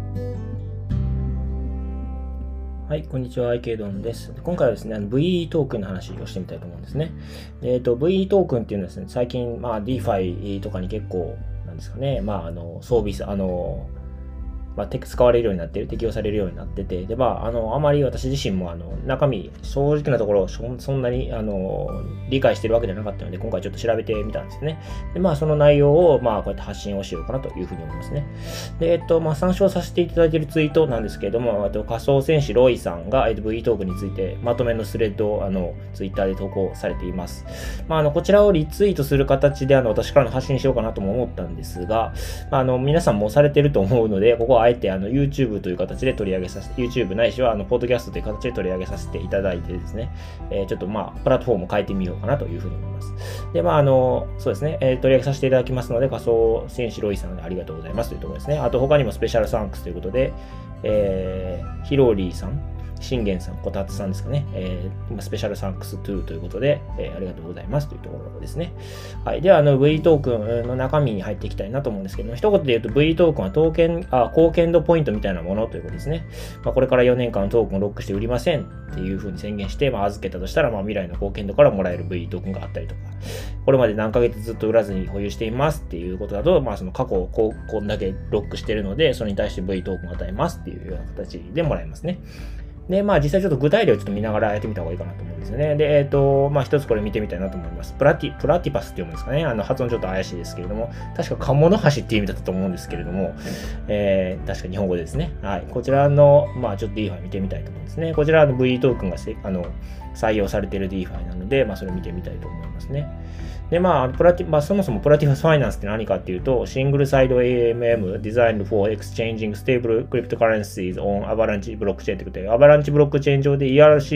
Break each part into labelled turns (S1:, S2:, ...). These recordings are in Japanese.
S1: はい、こんにちは、IK ドンです。今回はですね、VE トークンの話をしてみたいと思うんですね。VE トークンっていうのはですね、最近、DeFi とかに結構、なんですかね、装備、使われるようになっている、適用されるようになってて、で、あまり私自身も、中身、正直なところ、そんなに、理解しているわけじゃなかったので、今回ちょっと調べてみたんですね。で、その内容を、こうやって発信をしようかなというふうに思いますね。で、参照させていただいているツイートなんですけれども、仮想戦士ロイさんが、VE トークンについて、まとめのスレッドを、ツイッターで投稿されています。こちらをリツイートする形で、私からの発信しようかなとも思ったんですが、皆さんもされていると思うので、ここはあえて、YouTube という形で取り上げさせて、YouTube ないしは、ポッドキャストという形で取り上げさせていただいてですね、ちょっとプラットフォームを変えてみようかなというふうに思います。で、そうですね、取り上げさせていただきますので、仮想戦士ロイさんでありがとうございますというところですね。あと、他にもスペシャルサンクスということで、ヒローリーさん、信玄さん、こたつさんですかね。スペシャルサンクス2ということで、ありがとうございますというところですね。はい。では、V トークンの中身に入っていきたいなと思うんですけども、一言で言うと V トークンは貢献度ポイントみたいなものということですね。これから4年間トークンをロックして売りませんっていうふうに宣言して、預けたとしたら、未来の貢献度からもらえる V トークンがあったりとか、これまで何ヶ月ずっと売らずに保有していますっていうことだと、その過去をこんだけロックしてるので、それに対して V トークンを与えますっていうような形でもらえますね。で、実際ちょっと具体例をちょっと見ながらやってみた方がいいかなと思うんですよね。で、一つこれ見てみたいなと思います。プラティパスって読むんですかね。発音ちょっと怪しいですけれども、確かカモノハシっていう意味だったと思うんですけれども、確か日本語ですね。はい。こちらの、ちょっと DeFi 見てみたいと思うんですね。こちらの V トークンが採用されている DeFi なので、それを見てみたいと思いますね。で、そもそもプラティパスファイナンスって何かっていうと、シングルサイド AMM Designed for Exchanging Stable Cryptocurrencies on Avalanche Blockchain ということで、アバランチブロックチェーン上で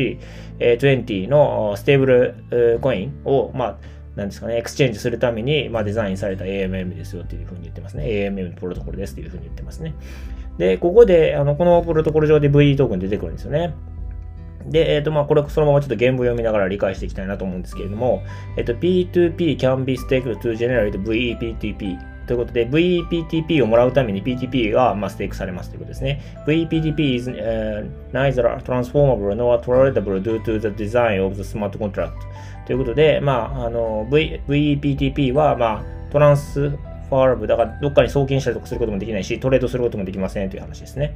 S1: ERC20 のステーブルコインを、なんですかね、エクスチェンジするために、デザインされた AMM ですよっていうふうに言ってますね。AMM のプロトコルですっていうふうに言ってますね。で、ここで、このプロトコル上で VE トークン出てくるんですよね。で、これそのままちょっと原文読みながら理解していきたいなと思うんですけれども、P2P can be staked to generate VEPTP ということで、VEPTP をもらうために PTP がステークされますということですね。VEPTP is neither transformable nor tradable due to the design of the smart contract ということで、VEPTP は、トランスファーラブルだからどっかに送金したりとかすることもできないし、トレードすることもできませんという話ですね。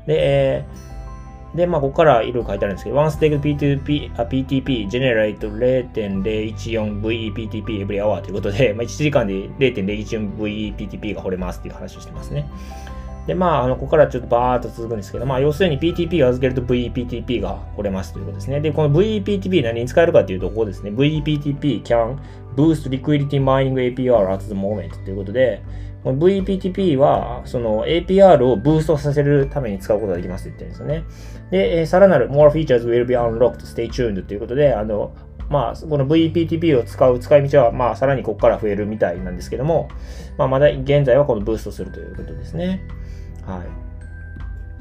S1: で、ここからいろいろ書いてあるんですけど、One stake PTP generate 0.014 VEPTP every hour ということで、1時間で 0.014 VEPTP が掘れますっていう話をしてますね。で、ここからちょっとバーっと続くんですけど、要するに PTP を預けると VEPTP が掘れますということですね。で、この VEPTP 何に使えるかというと、ここですね。VEPTP can boost liquidity mining APR at the moment ということで、この VEPTP は、その APR をブーストさせるために使うことができますって言ってるんですよね。で、さらなる more features will be unlocked, stay tuned ということで、この VEPTP を使う使い道は、さらにここから増えるみたいなんですけども、まだ現在はこのブーストするということですね。はい。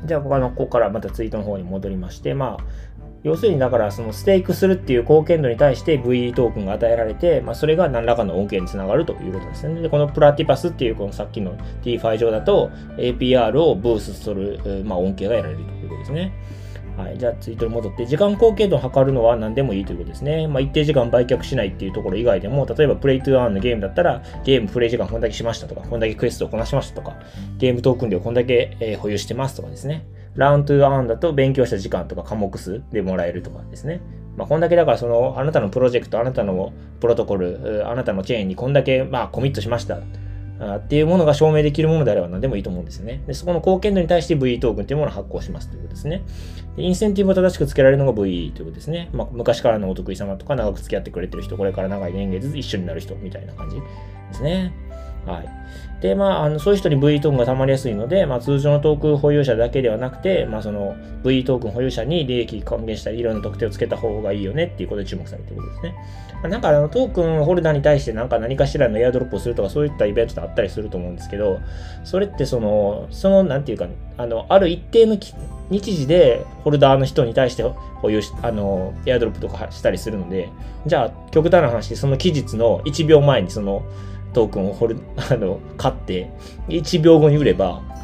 S1: じゃあ、ここからまたツイートの方に戻りまして、要するにだからそのステークするっていう貢献度に対して VE トークンが与えられて、それが何らかの恩恵につながるということですね。で、このプラティパスっていうこのさっきの DeFi 上だと APR をブーストする、恩恵が得られるということですね。はい。じゃあツイートに戻って、時間貢献度を測るのは何でもいいということですね。一定時間売却しないっていうところ以外でも、例えばプレイトゥーアーンのゲームだったら、ゲームプレイ時間こんだけしましたとか、こんだけクエストをこなしましたとか、ゲームトークン量こんだけ、保有してますとかですね。ラウントゥーアーンだと勉強した時間とか科目数でもらえるとかですね。こんだけだからあなたのプロジェクト、あなたのプロトコル、あなたのチェーンにこんだけコミットしました。っていうものが証明できるものであれば何でもいいと思うんですよね。で、そこの貢献度に対して VE トークンというものを発行しますということですね。で、インセンティブを正しくつけられるのが VE ということですね。昔からのお得意様とか長く付き合ってくれてる人、これから長い年月一緒になる人みたいな感じですね。はい。で、そういう人に VE トークンが溜まりやすいので、通常のトークン保有者だけではなくて、その VE トークン保有者に利益還元したり、いろんな特典をつけた方がいいよねっていうことで注目されていることですね。トークンホルダーに対して何かしらのエアドロップをするとか、そういったイベントってあったりすると思うんですけど、それってなんていうか、ある一定の日時でホルダーの人に対して保有し、エアドロップとかしたりするので、じゃあ、極端な話で、その期日の1秒前にそのトークンを買って、1秒後に売れば、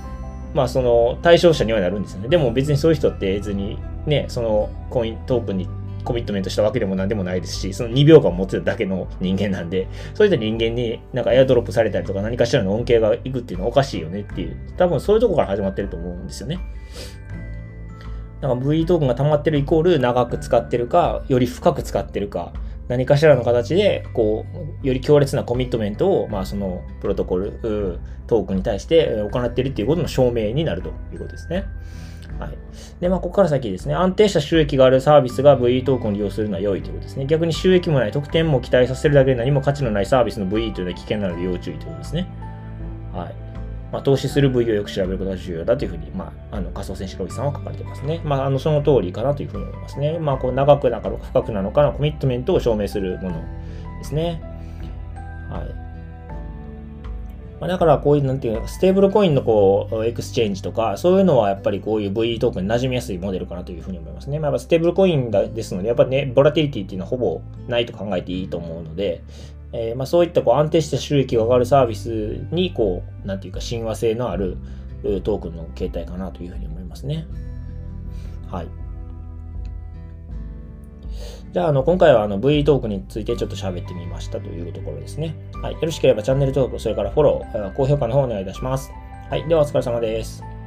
S1: まあその対象者にはなるんですよね。でも別にそういう人って別にね、そのコイントークンにコミットメントしたわけでも何でもないですし、その2秒間持ってただけの人間なんで、そういった人間になんかエアドロップされたりとか何かしらの恩恵がいくっていうのはおかしいよねっていう、多分そういうところから始まってると思うんですよね。なんか VE トークンが溜まってるイコール長く使ってるか、より深く使ってるか、何かしらの形で、こう、より強烈なコミットメントを、まあそのプロトコル、トークンに対して行っているっていうことの証明になるということですね。はい。で、まあ、ここから先ですね、安定した収益があるサービスが VE トークンを利用するのは良いということですね。逆に収益もない特典も期待させるだけで何も価値のないサービスの VE というのは危険なので要注意ということですね。はい。まあ、投資する VE をよく調べることが重要だというふうに、まあ、仮想戦士ロビさんは書かれてますね。まあ、その通りかなというふうに思いますね。まあ、こう長くなのか深くなのかのコミットメントを証明するものですね。はい。まあ、だからこういう、なんていうか、ステーブルコインのこう、エクスチェンジとか、そういうのはやっぱりこういう VE トークンに馴染みやすいモデルかなというふうに思いますね。まあ、やっぱステーブルコインですので、やっぱね、ボラティリティっていうのはほぼないと考えていいと思うので、まあそういったこう安定した収益が上がるサービスに、こう、なんていうか、親和性のあるトークンの形態かなというふうに思いますね。はい。じゃあ、今回はVE トークンについてちょっと喋ってみましたというところですね。はい。よろしければチャンネル登録、それからフォロー、高評価の方お願いいたします。はい。ではお疲れ様です。